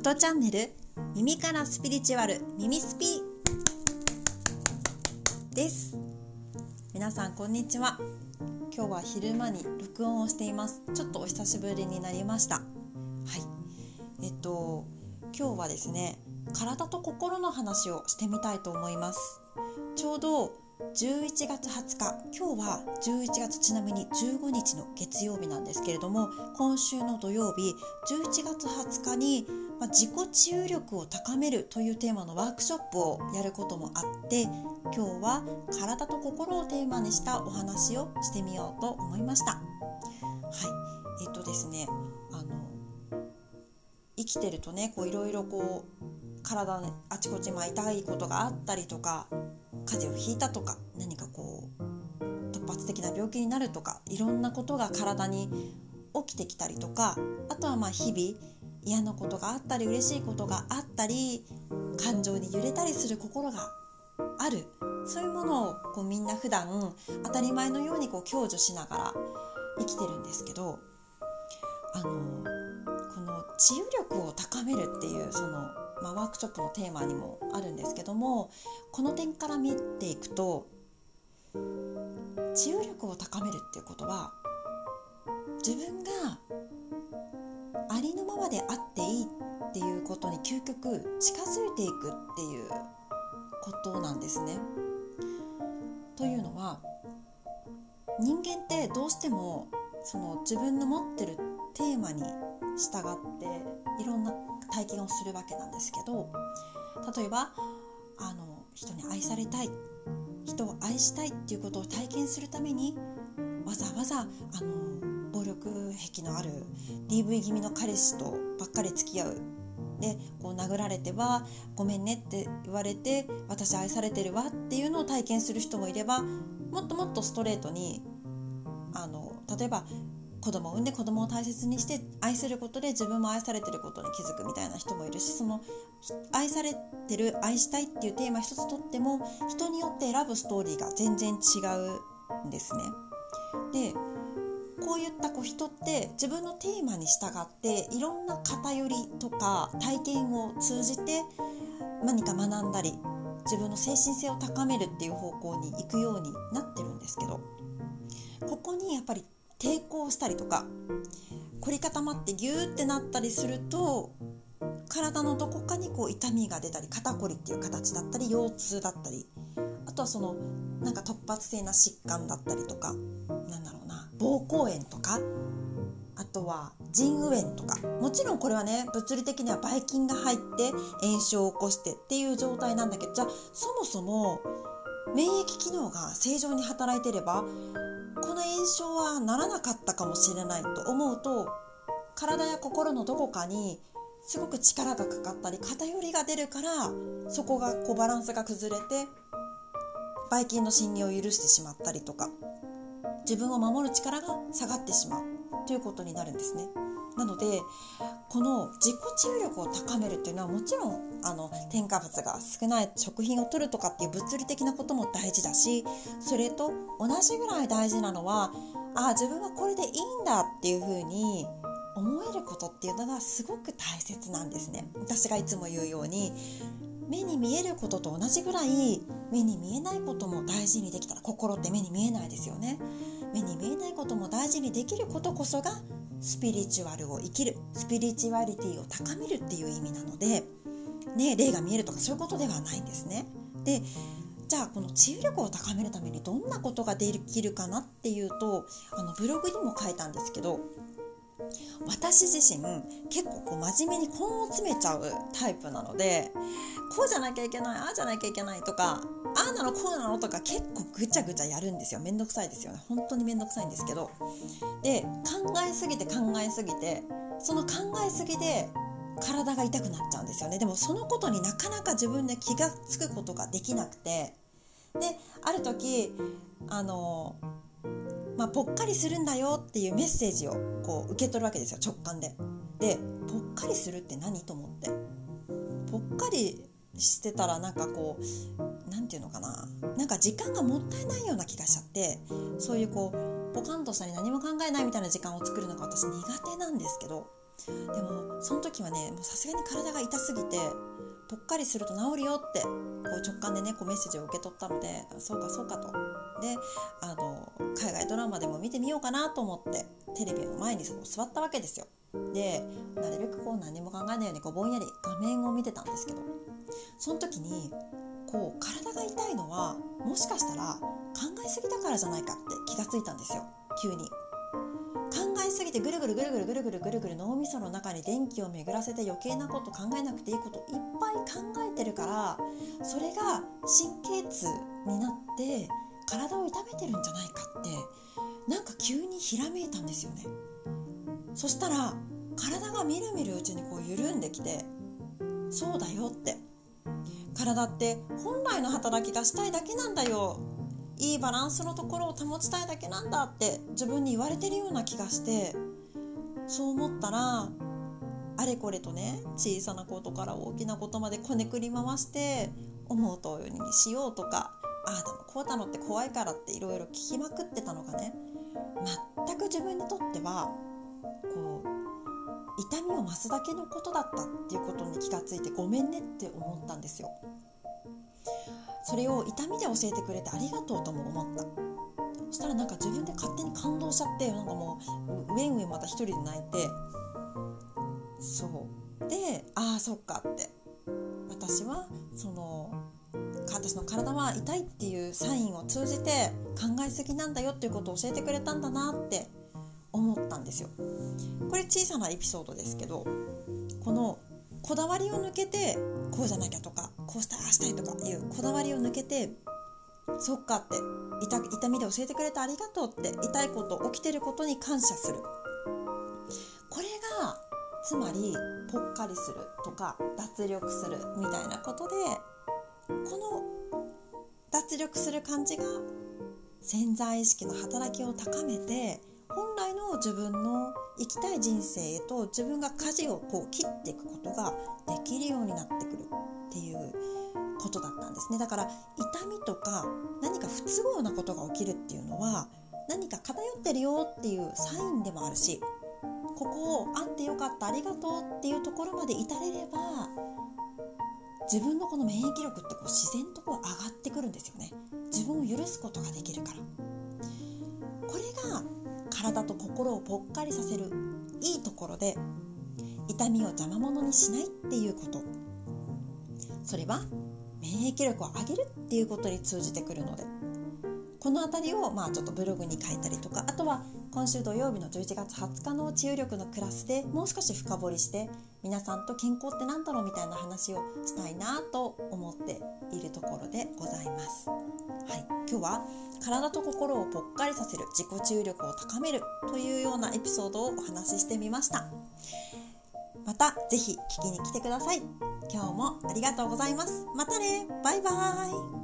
ことチャンネル耳からスピリチュアル耳スピです。皆さんこんにちは。今日は昼間に録音をしています。ちょっとお久しぶりになりました。はい。今日はですね、体と心の話をしてみたいと思います。ちょうど11月20日、今日は11月ちなみに15日の月曜日なんですけれども、今週の土曜日11月20日に自己治癒力を高めるというテーマのワークショップをやることもあって、今日は体と心をテーマにしたお話をしてみようと思いました。はい。ですね、生きてるとね、いろいろ体のあちこち痛いことがあったりとか、風邪をひいたとか、何か突発的な病気になるとか、いろんなことが体に起きてきたりとか、あとは日々嫌なことがあったり嬉しいことがあったり、感情に揺れたりする心がある。そういうものをみんな普段当たり前のように享受しながら生きてるんですけど、この治癒力を高めるっていうワークショップのテーマにもあるんですけども、この点から見ていくと、治癒力を高めるっていうことは、自分がありのままであっていいっていうことに究極近づいていくっていうことなんですね。というのは、人間ってどうしても自分の持ってるテーマに従っていろんな体験をするわけなんですけど、例えば人に愛されたい、人を愛したいっていうことを体験するためにわざわざ暴力癖のある DV 気味の彼氏とばっかり付き合うで、殴られてはごめんねって言われて、私愛されてるわっていうのを体験する人もいれば、もっともっとストレートに例えば子供を産んで子供を大切にして愛することで自分も愛されてることに気づくみたいな人もいるし、愛されてる、愛したいっていうテーマ一つとっても、人によって選ぶストーリーが全然違うんですね。で、こういった人って自分のテーマに従っていろんな偏りとか体験を通じて何か学んだり、自分の精神性を高めるっていう方向に行くようになってるんですけど、ここにやっぱり抵抗したりとか凝り固まってギューってなったりすると、体のどこかに痛みが出たり、肩こりっていう形だったり、腰痛だったり、あとは突発性な疾患だったりとか、膀胱炎とか、あとは腎盂炎とか、もちろんこれはね、物理的にはばい菌が入って炎症を起こしてっていう状態なんだけど、じゃあそもそも免疫機能が正常に働いていればこの炎症はならなかったかもしれないと思うと、体や心のどこかにすごく力がかかったり偏りが出るから、そこがバランスが崩れてばい菌の侵入を許してしまったりとか、自分を守る力が下がってしまうということになるんですね。なので、この自己治癒力を高めるっていうのは、もちろん添加物が少ない食品を摂るとかっていう物理的なことも大事だし、それと同じぐらい大事なのは、自分はこれでいいんだっていう風に思えることっていうのがすごく大切なんですね。私がいつも言うように、目に見えることと同じぐらい目に見えないことも大事にできたら、心って目に見えないですよね。目に見えないことも大事にできることこそがスピリチュアルを生きる、スピリチュアリティを高めるっていう意味なので、霊が見えるとかそういうことではないんですね。で、じゃあこの治癒力を高めるためにどんなことができるかなっていうと、ブログにも書いたんですけど、私自身結構真面目に根を詰めちゃうタイプなので、こうじゃなきゃいけない、ああじゃなきゃいけないとか、ああなのこうなのとか結構ぐちゃぐちゃやるんですよ。めんどくさいですよね。本当にめんどくさいんですけど、で、考えすぎてその考えすぎで体が痛くなっちゃうんですよね。でもそのことになかなか自分で気がつくことができなくて、で、ある時ぽっかりするんだよっていうメッセージを受け取るわけですよ、直感で。で、ぽっかりするって何と思って、ぽっかりしてたらなんていうのかな、時間がもったいないような気がしちゃって、そういうポカンとしたり何も考えないみたいな時間を作るのが私苦手なんですけど、 でもその時はね、もうさすがに体が痛すぎて、ぽっかりすると治るよってこう直感でねこうメッセージを受け取ったので、そうかそうかと。で海外ドラマでも見てみようかなと思ってテレビの前に座ったわけですよ。でなるべくこう何も考えないようにこうぼんやり画面を見てたんですけど、その時にこう体が痛いのはもしかしたら考えすぎだからじゃないかって気がついたんですよ。急に考えすぎてぐるぐる脳みその中に電気を巡らせて余計なこと考えなくていいこといっぱい考えてるから、それが神経痛になって体を痛めてるんじゃないかってなんか急にひらめいたんですよね。そしたら体がみるみるうちにこう緩んできて、そうだよって、体って本来の働きがしたいだけなんだよ、いいバランスのところを保ちたいだけなんだって自分に言われてるような気がして、そう思ったらあれこれとね、小さなことから大きなことまでこねくり回して思うとおりにしようとか、ああだのこうだのって怖いからっていろいろ聞きまくってたのがね、全く自分にとってはこう痛みを増すだけのことだったっていうことに気がついて、ごめんねって思ったんですよ。それを痛みで教えてくれてありがとうとも思った。そしたらなんか自分で勝手に感動しちゃって、なんかもうウェンウェンまた一人で泣いて、そうで、ああそっかって、私は私の体は痛いっていうサインを通じて考えすぎなんだよっていうことを教えてくれたんだなって思ったんですよ。これ小さなエピソードですけど、このこだわりを抜けてこうじゃなきゃとかこうしたらしたいとかいうこだわりを抜けて、そっかって、痛みで教えてくれてありがとうって、痛いこと起きてることに感謝する、これがつまりぽっかりするとか脱力するみたいなことで、この脱力する感じが潜在意識の働きを高めて、本来の自分の生きたい人生へと自分が舵をこう切っていくことができるようになってくるっていうことだったんですね。だから痛みとか何か不都合なことが起きるっていうのは何か偏ってるよっていうサインでもあるし、ここをあってよかったありがとうっていうところまで至れれば、自分のこの免疫力ってこう自然とこう上がってくるんですよね。自分を許すことができるから。これが体と心をぽっかりさせるいいところで、痛みを邪魔者にしないっていうこと、それは免疫力を上げるっていうことに通じてくるので、このあたりをちょっとブログに書いたりとか、あとは今週土曜日の11月20日の治癒力のクラスでもう少し深掘りして、皆さんと健康ってなんだろうみたいな話をしたいなと思っているところでございます。はい、今日は体と心をぽっかりさせる自己治癒力を高めるというようなエピソードをお話ししてみました。またぜひ聞きに来てください。今日もありがとうございます。またね、バイバイ。